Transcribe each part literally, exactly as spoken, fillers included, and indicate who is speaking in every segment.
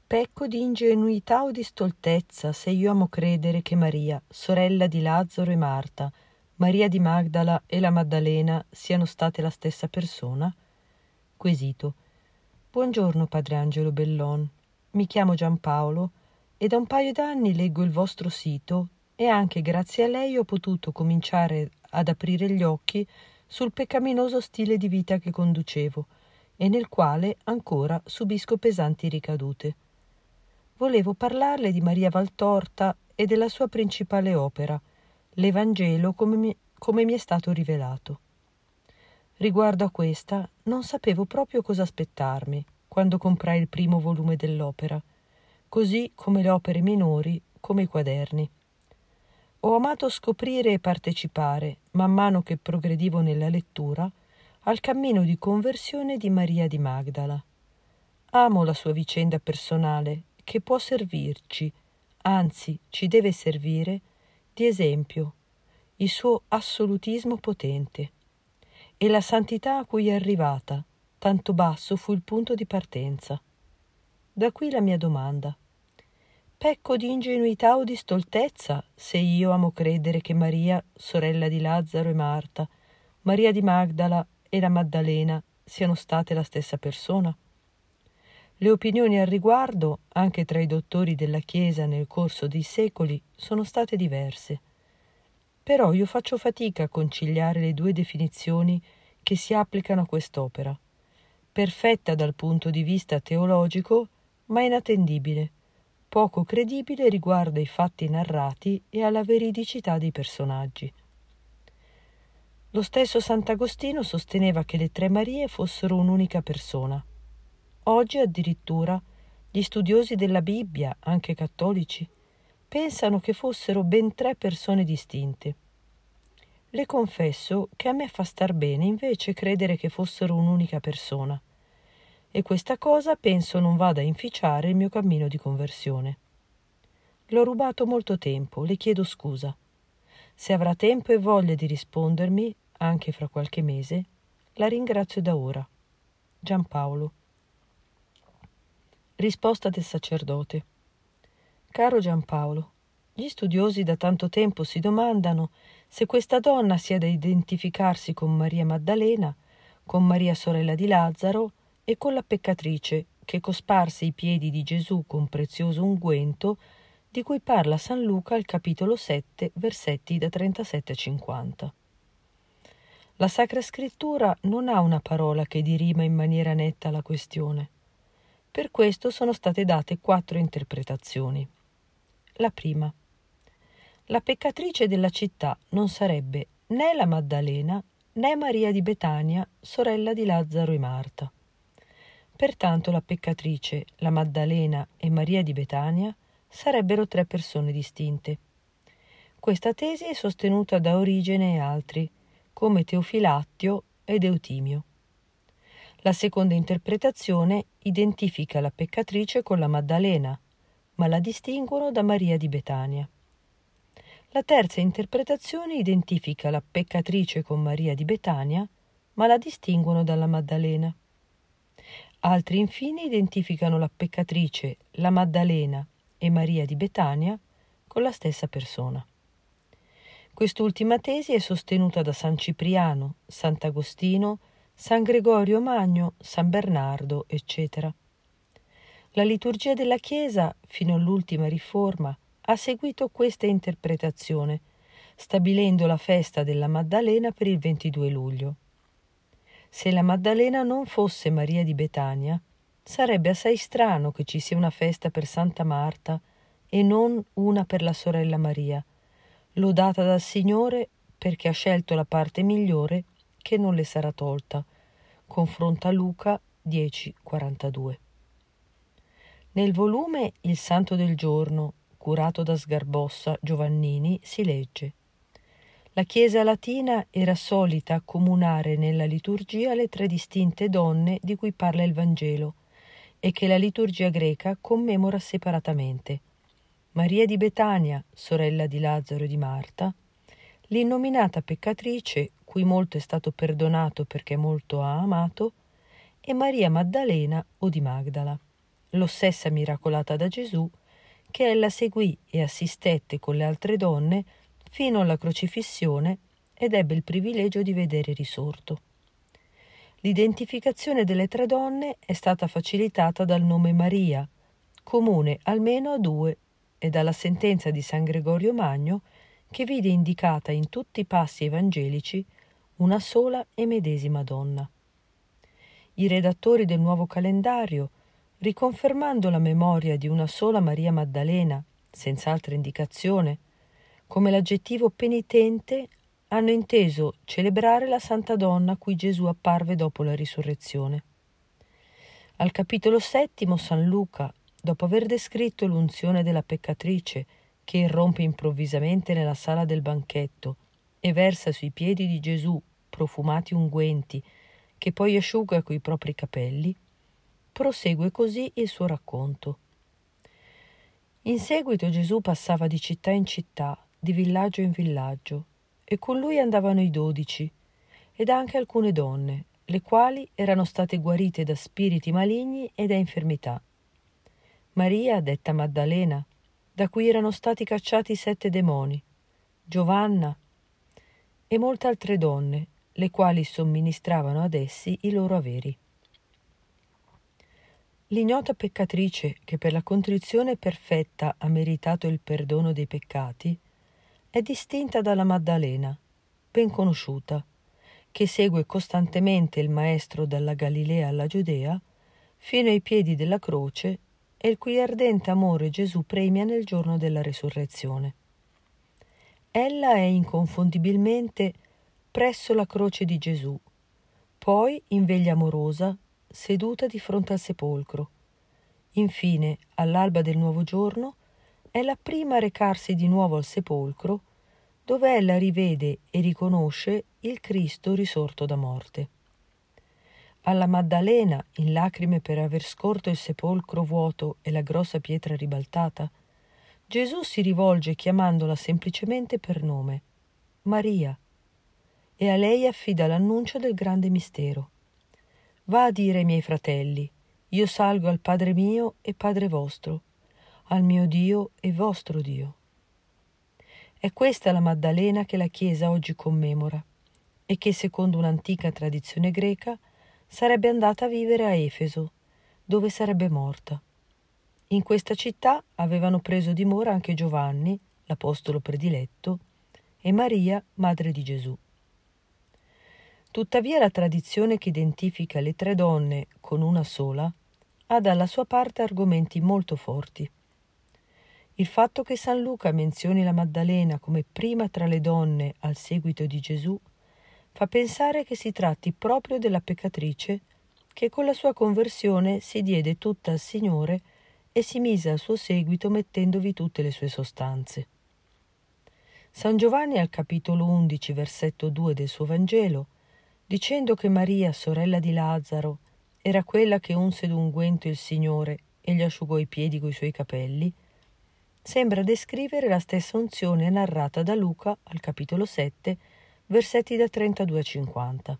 Speaker 1: Pecco di ingenuità o di stoltezza se io amo credere che Maria, sorella di Lazzaro e Marta, Maria di Magdala e la Maddalena siano state la stessa persona? Quesito. Buongiorno, padre Angelo Bellon. Mi chiamo Giampaolo e da un paio d'anni leggo il vostro sito e anche grazie a lei ho potuto cominciare ad aprire gli occhi sul peccaminoso stile di vita che conducevo e nel quale ancora subisco pesanti ricadute. Volevo parlarle di Maria Valtorta e della sua principale opera, l'Evangelo come mi, come mi è stato rivelato. Riguardo a questa, non sapevo proprio cosa aspettarmi quando comprai il primo volume dell'opera, così come le opere minori, come i quaderni. Ho amato scoprire e partecipare, man mano che progredivo nella lettura, al cammino di conversione di Maria di Magdala. Amo la sua vicenda personale, che può servirci, anzi ci deve servire, di esempio, il suo assolutismo potente e la santità a cui è arrivata, tanto basso fu il punto di partenza. Da qui la mia domanda. Pecco di ingenuità o di stoltezza se io amo credere che Maria, sorella di Lazzaro e Marta, Maria di Magdala e la Maddalena siano state la stessa persona? Le opinioni al riguardo, anche tra i dottori della Chiesa nel corso dei secoli, sono state diverse. Però io faccio fatica a conciliare le due definizioni che si applicano a quest'opera, perfetta dal punto di vista teologico, ma inattendibile, poco credibile riguardo ai fatti narrati e alla veridicità dei personaggi. Lo stesso Sant'Agostino sosteneva che le tre Marie fossero un'unica persona. Oggi addirittura gli studiosi della Bibbia, anche cattolici, pensano che fossero ben tre persone distinte. Le confesso che a me fa star bene invece credere che fossero un'unica persona, e questa cosa penso non vada a inficiare il mio cammino di conversione. L'ho rubato molto tempo, le chiedo scusa. Se avrà tempo e voglia di rispondermi, anche fra qualche mese, la ringrazio da ora. Giampaolo. Risposta del sacerdote. Caro Giampaolo, gli studiosi da tanto tempo si domandano se questa donna sia da identificarsi con Maria Maddalena, con Maria sorella di Lazzaro e con la peccatrice che cosparse i piedi di Gesù con prezioso unguento di cui parla San Luca al capitolo sette, versetti da trentasette a cinquanta. La Sacra Scrittura non ha una parola che dirima in maniera netta la questione. Per questo sono state date quattro interpretazioni. La prima. La peccatrice della città non sarebbe né la Maddalena né Maria di Betania, sorella di Lazzaro e Marta. Pertanto la peccatrice, la Maddalena e Maria di Betania sarebbero tre persone distinte. Questa tesi è sostenuta da Origene e altri, come Teofilattio ed Eutimio. La seconda interpretazione identifica la peccatrice con la Maddalena, ma la distinguono da Maria di Betania. La terza interpretazione identifica la peccatrice con Maria di Betania, ma la distinguono dalla Maddalena. Altri infine identificano la peccatrice, la Maddalena e Maria di Betania con la stessa persona. Quest'ultima tesi è sostenuta da San Cipriano, Sant'Agostino, San Gregorio Magno, San Bernardo, eccetera. La liturgia della Chiesa, fino all'ultima riforma, ha seguito questa interpretazione, stabilendo la festa della Maddalena per il ventidue luglio. Se la Maddalena non fosse Maria di Betania, sarebbe assai strano che ci sia una festa per Santa Marta e non una per la sorella Maria, lodata dal Signore perché ha scelto la parte migliore che non le sarà tolta. Confronta Luca dieci quarantadue. Nel volume Il Santo del Giorno, curato da Sgarbossa Giovannini, si legge: la Chiesa latina era solita accomunare nella liturgia le tre distinte donne di cui parla il Vangelo e che la liturgia greca commemora separatamente: Maria di Betania, sorella di Lazzaro e di Marta, l'innominata peccatrice, cui molto è stato perdonato perché molto ha amato, e Maria Maddalena o di Magdala, l'ossessa miracolata da Gesù, che ella seguì e assistette con le altre donne fino alla crocifissione ed ebbe il privilegio di vedere risorto. L'identificazione delle tre donne è stata facilitata dal nome Maria, comune almeno a due, e dalla sentenza di San Gregorio Magno, che vide indicata in tutti i passi evangelici una sola e medesima donna. I redattori del nuovo calendario, riconfermando la memoria di una sola Maria Maddalena, senza altra indicazione, come l'aggettivo penitente, hanno inteso celebrare la Santa Donna a cui Gesù apparve dopo la risurrezione. Al capitolo settimo San Luca, dopo aver descritto l'unzione della peccatrice che irrompe improvvisamente nella sala del banchetto e versa sui piedi di Gesù profumati unguenti che poi asciuga coi propri capelli, prosegue così il suo racconto. In seguito Gesù passava di città in città, di villaggio in villaggio, e con lui andavano i dodici, ed anche alcune donne, le quali erano state guarite da spiriti maligni e da infermità. Maria, detta Maddalena, da cui erano stati cacciati sette demoni, Giovanna e molte altre donne, le quali somministravano ad essi i loro averi. L'ignota peccatrice che per la contrizione perfetta ha meritato il perdono dei peccati è distinta dalla Maddalena, ben conosciuta, che segue costantemente il Maestro dalla Galilea alla Giudea fino ai piedi della croce e il cui ardente amore Gesù premia nel giorno della resurrezione. Ella è inconfondibilmente presso la croce di Gesù, poi in veglia amorosa seduta di fronte al sepolcro. Infine, all'alba del nuovo giorno, è la prima a recarsi di nuovo al sepolcro, dove ella rivede e riconosce il Cristo risorto da morte. Alla Maddalena, in lacrime per aver scorto il sepolcro vuoto e la grossa pietra ribaltata, Gesù si rivolge chiamandola semplicemente per nome, Maria, e a lei affida l'annuncio del grande mistero. Va a dire ai miei fratelli, io salgo al Padre mio e Padre vostro, al mio Dio e vostro Dio. È questa la Maddalena che la Chiesa oggi commemora e che, secondo un'antica tradizione greca, sarebbe andata a vivere a Efeso, dove sarebbe morta. In questa città avevano preso dimora anche Giovanni, l'apostolo prediletto, e Maria, madre di Gesù. Tuttavia la tradizione che identifica le tre donne con una sola ha dalla sua parte argomenti molto forti. Il fatto che San Luca menzioni la Maddalena come prima tra le donne al seguito di Gesù fa pensare che si tratti proprio della peccatrice che con la sua conversione si diede tutta al Signore e si mise al suo seguito mettendovi tutte le sue sostanze. San Giovanni al capitolo undici, versetto due del suo Vangelo, dicendo che Maria, sorella di Lazzaro, era quella che unse d'unguento il Signore e gli asciugò i piedi coi suoi capelli, sembra descrivere la stessa unzione narrata da Luca al capitolo sette, versetti da trentadue a cinquanta.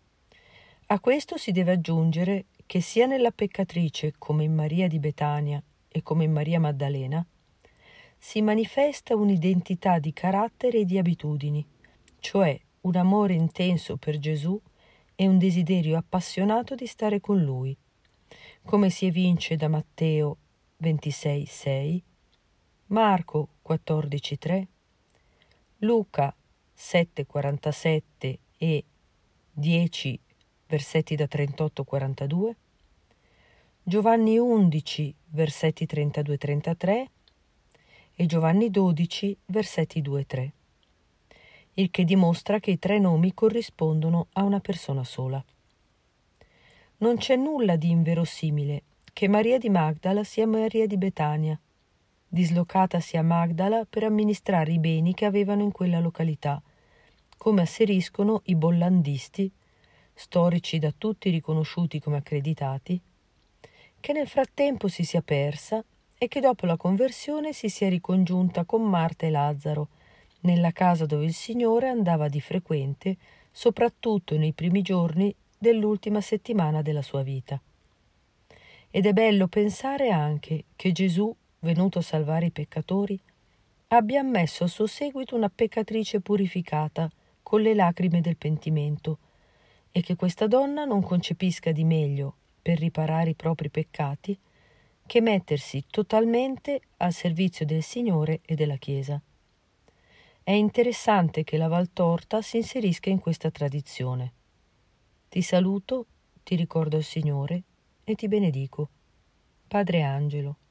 Speaker 1: A questo si deve aggiungere che sia nella peccatrice come in Maria di Betania e come in Maria Maddalena si manifesta un'identità di carattere e di abitudini, cioè un amore intenso per Gesù e un desiderio appassionato di stare con Lui, come si evince da Matteo ventisei sei, Marco quattordici tre, Luca sette quarantasette e dieci versetti da trentotto a quarantadue, Giovanni undici versetti trentadue trentatré e Giovanni dodici versetti due tre. Il che dimostra che i tre nomi corrispondono a una persona sola. Non c'è nulla di inverosimile che Maria di Magdala sia Maria di Betania, dislocatasi a Magdala per amministrare i beni che avevano in quella località, come asseriscono i bollandisti, storici da tutti riconosciuti come accreditati, che nel frattempo si sia persa e che dopo la conversione si sia ricongiunta con Marta e Lazzaro, nella casa dove il Signore andava di frequente, soprattutto nei primi giorni dell'ultima settimana della sua vita. Ed è bello pensare anche che Gesù, venuto a salvare i peccatori, abbia ammesso a suo seguito una peccatrice purificata con le lacrime del pentimento, e che questa donna non concepisca di meglio, per riparare i propri peccati, che mettersi totalmente al servizio del Signore e della Chiesa. È interessante che la Valtorta si inserisca in questa tradizione. Ti saluto, ti ricordo il Signore e ti benedico. Padre Angelo.